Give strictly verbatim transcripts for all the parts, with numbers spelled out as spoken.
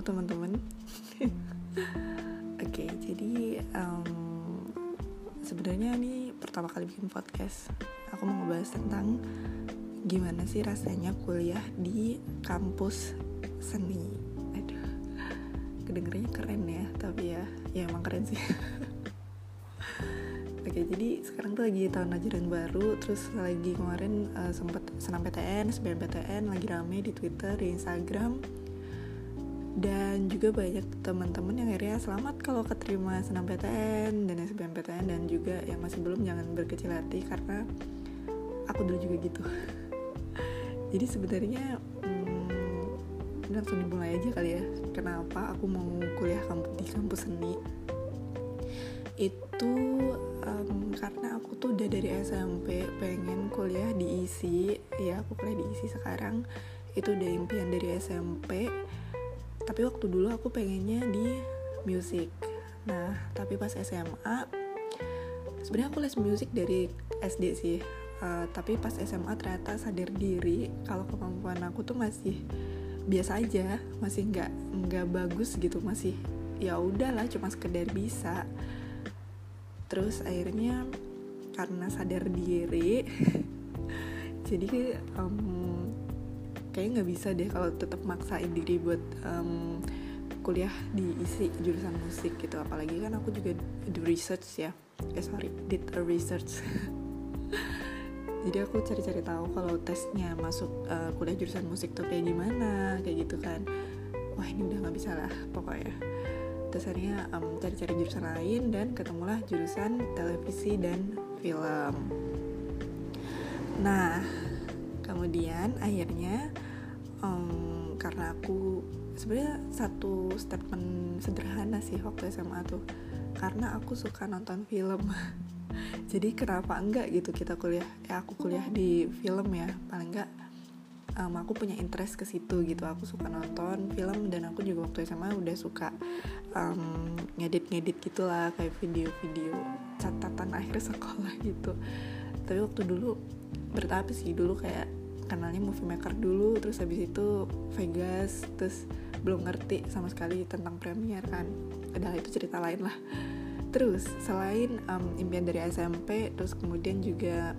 Halo teman-teman. Oke, okay, jadi um, sebenarnya ini pertama kali bikin podcast. Aku mau ngebahas tentang gimana sih rasanya kuliah di kampus seni. Aduh, kedengerannya keren ya, tapi ya, ya emang keren sih. Oke, jadi sekarang tuh lagi tahun ajaran baru, terus lagi kemarin uh, sempet senam P T N, S B M P T N lagi rame di Twitter, di Instagram. Dan juga banyak teman-teman yang akhirnya selamat kalau keterima senam P T N dan S B M P T N, dan juga yang masih belum jangan berkecil hati karena aku dulu juga gitu. Jadi sebenarnya hmm, langsung dimulai aja kali ya. Kenapa aku mau kuliah di kampus seni? Itu um, karena aku tuh udah dari S M P pengen kuliah di I S I. Ya, aku kuliah di I S I sekarang. Itu udah impian dari S M P. Tapi waktu dulu aku pengennya di musik. Nah, tapi pas S M A, sebenarnya aku les musik dari S D sih. Uh, tapi pas S M A ternyata sadar diri kalau kemampuan aku tuh masih biasa aja, masih nggak nggak bagus gitu, masih ya udahlah cuma sekedar bisa. Terus akhirnya karena sadar diri, jadi um, kayaknya nggak bisa deh kalau tetap maksain diri buat um, kuliah di I S I jurusan musik gitu. Apalagi kan aku juga do research ya, eh sorry, did a research. Jadi aku cari-cari tahu kalau tesnya masuk uh, kuliah jurusan musik tuh kayak gimana, kayak gitu kan. Wah, ini udah nggak bisa lah pokoknya. Terus akhirnya um, cari-cari jurusan lain dan ketemulah jurusan televisi dan film. Nah, kemudian akhirnya um, karena aku sebenarnya satu statement sederhana sih waktu S M A tuh, karena aku suka nonton film. Jadi kenapa enggak gitu kita kuliah, ya aku kuliah di film ya, paling enggak um, aku punya interest ke situ gitu. Aku suka nonton film dan aku juga waktu S M A udah suka um, ngedit-ngedit gitulah, kayak video-video catatan akhir sekolah gitu. Tapi waktu dulu bertahap sih, dulu kayak kenalnya Movie Maker dulu, terus habis itu Vegas, terus belum ngerti sama sekali tentang Premiere kan. Padahal itu cerita lain lah. Terus selain um, impian dari S M P, terus kemudian juga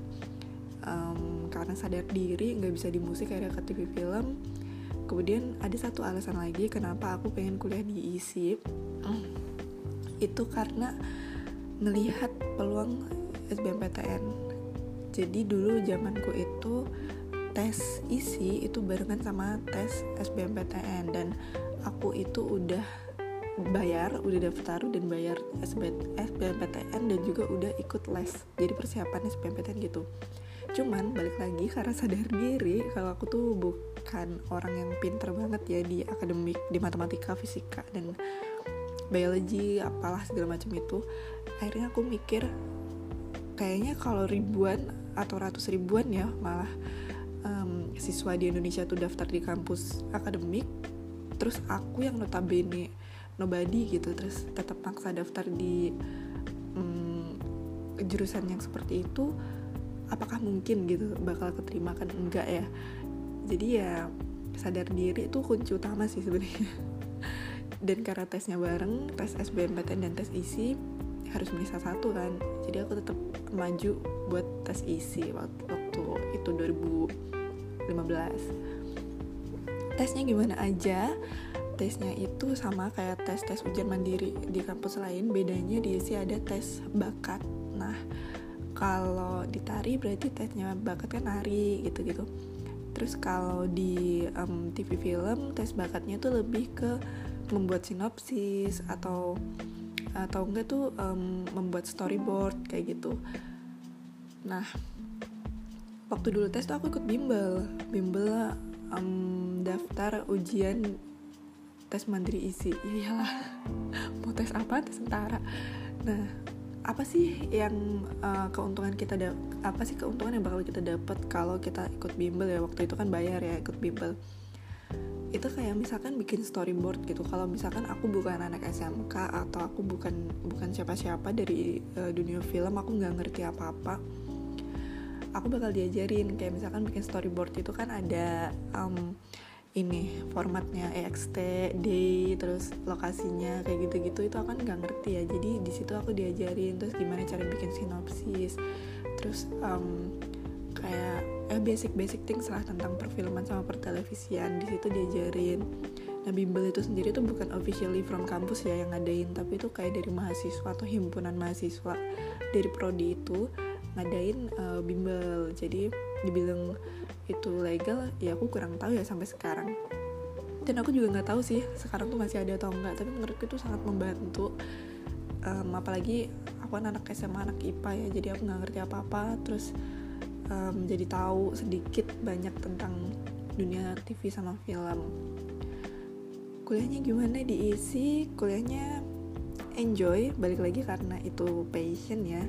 um, karena sadar diri nggak bisa di musik akhirnya ke T V film. Kemudian ada satu alasan lagi kenapa aku pengen kuliah di I S I, mm. itu karena melihat peluang S B M P T N. Jadi dulu zamanku itu tes I S I itu barengan sama tes S B M P T N, dan aku itu udah bayar, udah daftar dan bayar S B M P T N dan juga udah ikut les, jadi persiapan S B M P T N gitu. Cuman balik lagi karena sadar diri kalau aku tuh bukan orang yang pinter banget ya di akademik, di matematika, fisika dan biologi apalah segala macam itu. Akhirnya aku mikir kayaknya kalau ribuan atau ratus ribuan ya malah um, siswa di Indonesia tuh daftar di kampus akademik, terus aku yang notabene nobody gitu terus tetap maksa daftar di um, jurusan yang seperti itu, apakah mungkin gitu bakal keterima? Kan enggak ya. Jadi ya sadar diri itu kunci utama sih sebenarnya. Dan karena tesnya bareng, tes S B M P T N dan tes I S I harus milih salah satu kan, jadi aku tetap maju buat tes I S I waktu, waktu itu dua ribu lima belas. Tesnya gimana aja? Tesnya itu sama kayak tes-tes ujian mandiri di kampus lain, bedanya di I S I ada tes bakat. Nah, kalau di tari berarti tesnya bakat kan nari gitu-gitu. Terus kalau di um, T V film, tes bakatnya tuh lebih ke membuat sinopsis atau atau enggak tuh um, membuat storyboard kayak gitu. Nah, waktu dulu tes tuh aku ikut bimbel, bimbel um, daftar ujian tes mandiri I S I. Ya iyalah, mau tes apa? Tes tentara. Nah, apa sih yang uh, keuntungan kita da- apa sih keuntungan yang bakal kita dapat kalau kita ikut bimbel ya? Waktu itu kan bayar ya ikut bimbel. Itu kayak misalkan bikin storyboard gitu. Kalau misalkan aku bukan anak S M K atau aku bukan bukan siapa-siapa dari uh, dunia film, aku nggak ngerti apa-apa, aku bakal diajarin kayak misalkan bikin storyboard itu kan ada um, ini formatnya E X T, day, terus lokasinya kayak gitu-gitu, itu aku kan nggak ngerti ya. Jadi di situ aku diajarin terus gimana cara bikin sinopsis, terus um, kayak eh basic-basic things lah tentang perfilman sama pertelevisian di situ diajarin. Nah, bimbel itu sendiri tuh bukan officially from kampus ya yang ngadain, tapi itu kayak dari mahasiswa atau himpunan mahasiswa dari prodi itu ngadain uh, bimbel. Jadi dibilang itu legal ya aku kurang tahu ya sampai sekarang, dan aku juga nggak tahu sih sekarang tuh masih ada atau enggak, tapi menurutku itu sangat membantu. Um, apalagi aku kan anak S M A, anak I P A ya, jadi aku nggak ngerti apa-apa, terus um, jadi tahu sedikit banyak tentang dunia T V sama film. Kuliahnya gimana diisi? Kuliahnya enjoy, balik lagi karena itu passion ya.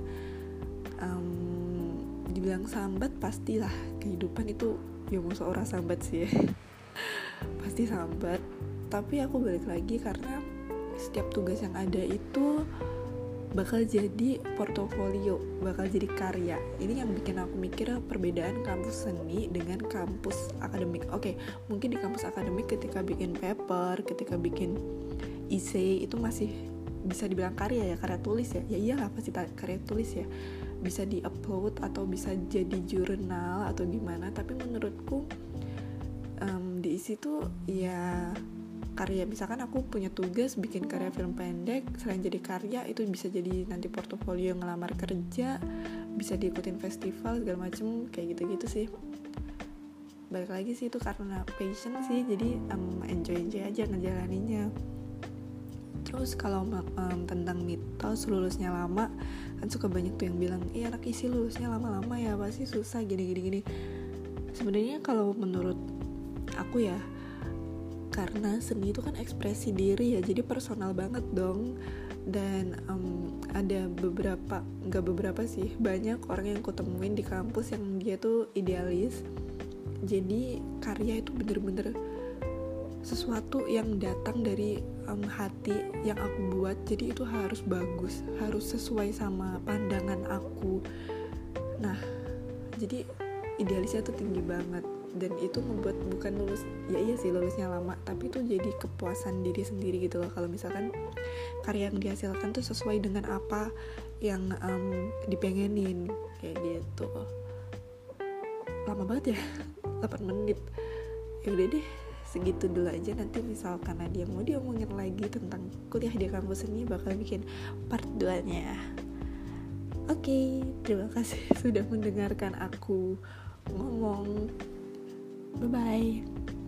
um, Dibilang sambat pastilah, kehidupan itu ya musuh orang sambat sih ya. Pasti sambat, tapi aku balik lagi karena setiap tugas yang ada itu bakal jadi portofolio, bakal jadi karya. Ini yang bikin aku mikir perbedaan kampus seni dengan kampus akademik. Oke, mungkin di kampus akademik ketika bikin paper, ketika bikin essay itu masih bisa dibilang karya ya, karya tulis ya. Ya iyalah pasti karya tulis ya, bisa di-upload atau bisa jadi jurnal atau gimana. Tapi menurutku um, di isi tuh ya karya. Misalkan aku punya tugas bikin karya film pendek, selain jadi karya itu bisa jadi nanti portofolio ngelamar kerja, bisa diikutin festival segala macem kayak gitu-gitu sih. Balik lagi sih itu karena passion sih, jadi um, enjoy-enjoy aja ngejalaninnya. Terus kalau um, tentang mitos lulusnya lama, kan suka banyak tuh yang bilang, iya anak isi lulusnya lama-lama ya, pasti susah gini-gini-gini. Sebenarnya kalau menurut aku ya, karena seni itu kan ekspresi diri ya, jadi personal banget dong. Dan um, ada beberapa, nggak beberapa sih, banyak orang yang kutemuin di kampus yang dia tuh idealis. Jadi karya itu bener-bener sesuatu yang datang dari um, hati yang aku buat, jadi itu harus bagus, harus sesuai sama pandangan aku. Nah, jadi idealisnya tuh tinggi banget, dan itu membuat bukan lulus, ya iya sih lulusnya lama, tapi itu jadi kepuasan diri sendiri gitu loh. Kalau misalkan karya yang dihasilkan tuh sesuai dengan apa yang um, dipengenin, kayak gitu. Lama banget ya, delapan menit. Ya udah deh, segitu dulu aja. Nanti misalkan ada yang mau diomongin lagi tentang kuliah di kampus ini, bakal bikin part dua nya. Oke, okay, terima kasih sudah mendengarkan aku ngomong. Bye-bye.